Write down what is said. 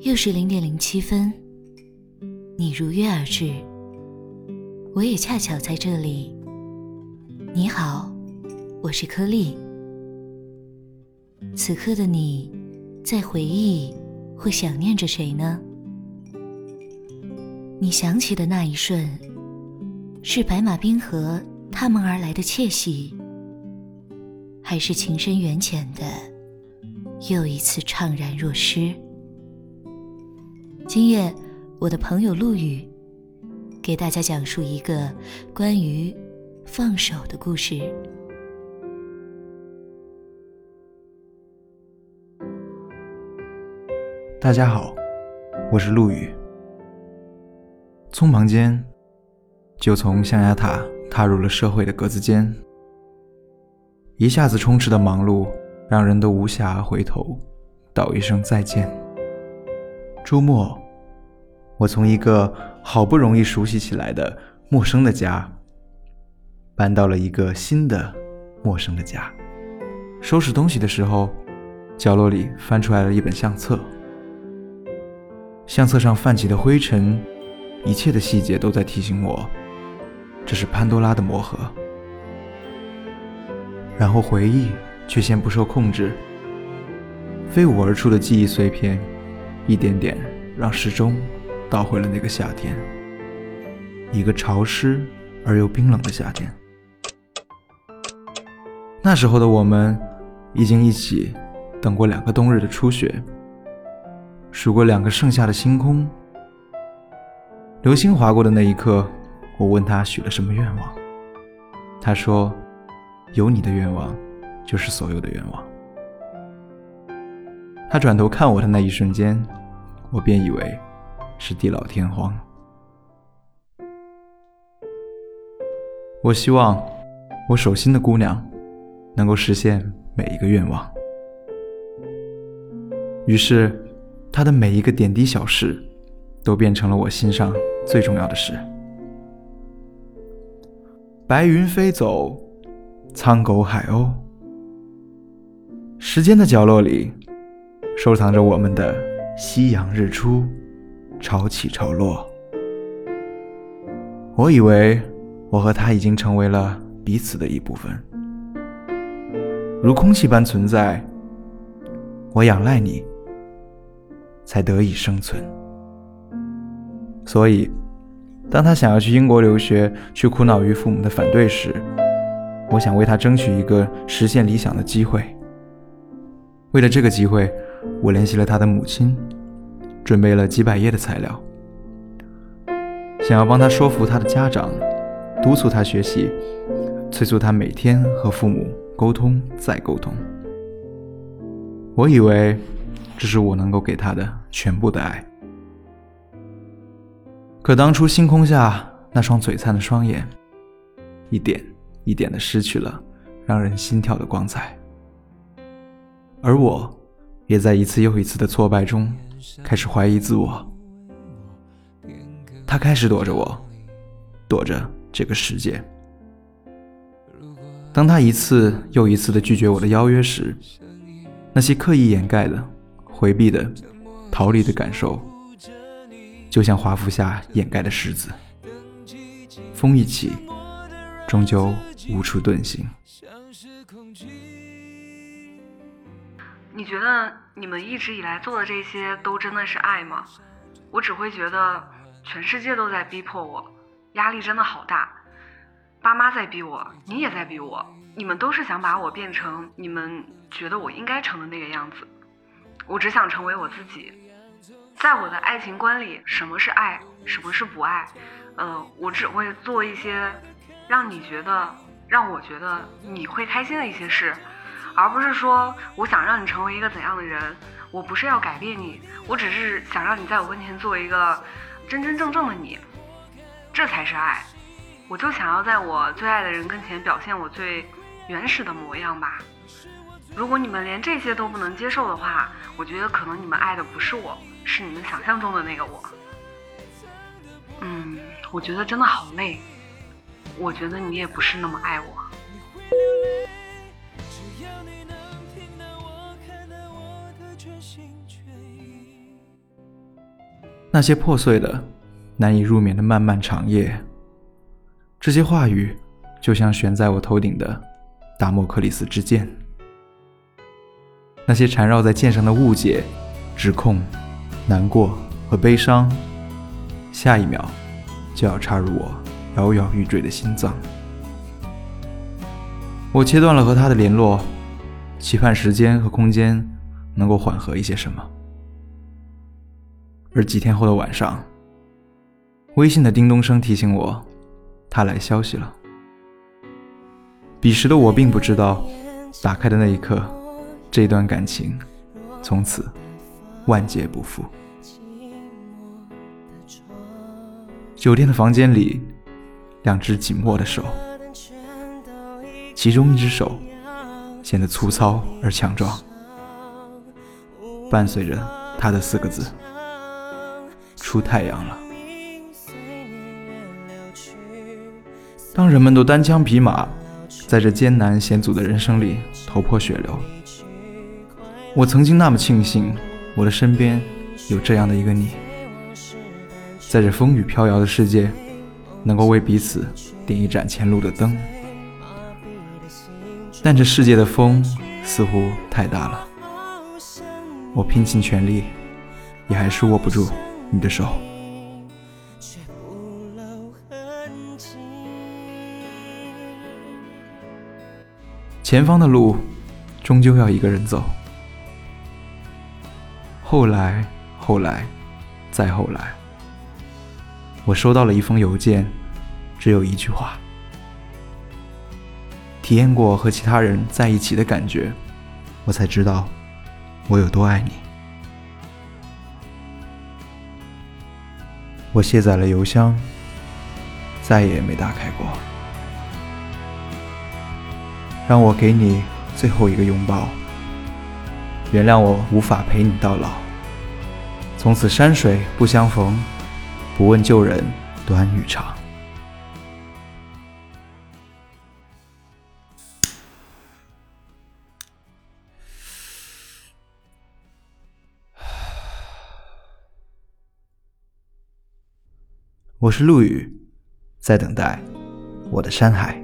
又是0:07，你如约而至，我也恰巧在这里。你好，我是柯丽。此刻的你在回忆或想念着谁呢？你想起的那一瞬，是白马冰河踏梦而来的窃喜，还是情深缘浅的又一次怅然若失？今夜我的朋友陆羽给大家讲述一个关于放手的故事。 大家好，我是陆羽。匆忙间就从象牙塔踏入了社会的格子间，一下子充斥的忙碌让人都无暇回头道一声再见。周末我从一个好不容易熟悉起来的陌生的家搬到了一个新的陌生的家。收拾东西的时候，角落里翻出来了一本相册，相册上泛起的灰尘，一切的细节都在提醒我，这是潘多拉的魔盒。然后回忆却先不受控制，飞舞而出的记忆碎片一点点让时钟倒回了那个夏天，一个潮湿而又冰冷的夏天。那时候的我们已经一起等过2个冬日的初雪，数过2个盛夏的星空。流星划过的那一刻，我问他许了什么愿望，他说有你的愿望就是所有的愿望。他转头看我的那一瞬间，我便以为是地老天荒。我希望我手心的姑娘能够实现每一个愿望。于是她的每一个点滴小事都变成了我心上最重要的事。白云飞走，苍狗海鸥，时间的角落里收藏着我们的夕阳日出，潮起潮落。我以为我和他已经成为了彼此的一部分，如空气般存在。我仰赖你才得以生存。所以当他想要去英国留学，却苦恼于父母的反对时，我想为他争取一个实现理想的机会。为了这个机会，我联系了他的母亲，准备了几百页的材料，想要帮他说服他的家长，督促他学习，催促他每天和父母沟通再沟通。我以为这是我能够给他的全部的爱。可当初星空下那双璀璨的双眼，一点一点地失去了让人心跳的光彩。而我也在一次又一次的挫败中开始怀疑自我。他开始躲着我，躲着这个世界。当他一次又一次地拒绝我的邀约时，那些刻意掩盖的、回避的、逃离的感受，就像华服下掩盖的虱子，风一起，终究无处遁形。 你觉得你们一直以来做的这些都真的是爱吗？我只会觉得全世界都在逼迫我，压力真的好大。爸妈在逼我，你也在逼我，你们都是想把我变成你们觉得我应该成的那个样子。我只想成为我自己。在我的爱情观里，什么是爱，什么是不爱，我只会做一些让我觉得你会开心的一些事，而不是说我想让你成为一个怎样的人。我不是要改变你，我只是想让你在我跟前做一个真真正正的你，这才是爱。我就想要在我最爱的人跟前表现我最原始的模样吧。如果你们连这些都不能接受的话，我觉得可能你们爱的不是我，是你们想象中的那个我。我觉得真的好累，我觉得你也不是那么爱我。 那些破碎的、难以入眠的漫漫长夜，这些话语就像悬在我头顶的达摩克里斯之剑。那些缠绕在剑上的误解、指控、难过和悲伤，下一秒就要插入我摇摇欲坠的心脏。我切断了和他的联络，期盼时间和空间能够缓和一些什么。而几天后的晚上，微信的叮咚声提醒我，他来消息了。彼时的我并不知道，打开的那一刻，这段感情从此万劫不复。酒店的房间里，两只紧握的手，其中一只手显得粗糙而强壮，伴随着他的4个字：出太阳了。当人们都单枪匹马在这艰难险阻的人生里头破血流，我曾经那么庆幸我的身边有这样的一个你，在这风雨飘摇的世界能够为彼此点一盏前路的灯。但这世界的风似乎太大了，我拼尽全力也还是握不住你的手。前方的路终究要一个人走。后来再后来，我收到了一封邮件，只有一句话：体验过和其他人在一起的感觉，我才知道我有多爱你。我卸载了邮箱，再也没打开过。让我给你最后一个拥抱，原谅我无法陪你到老，从此山水不相逢，不问旧人短与长。我是陆羽，在等待我的山海。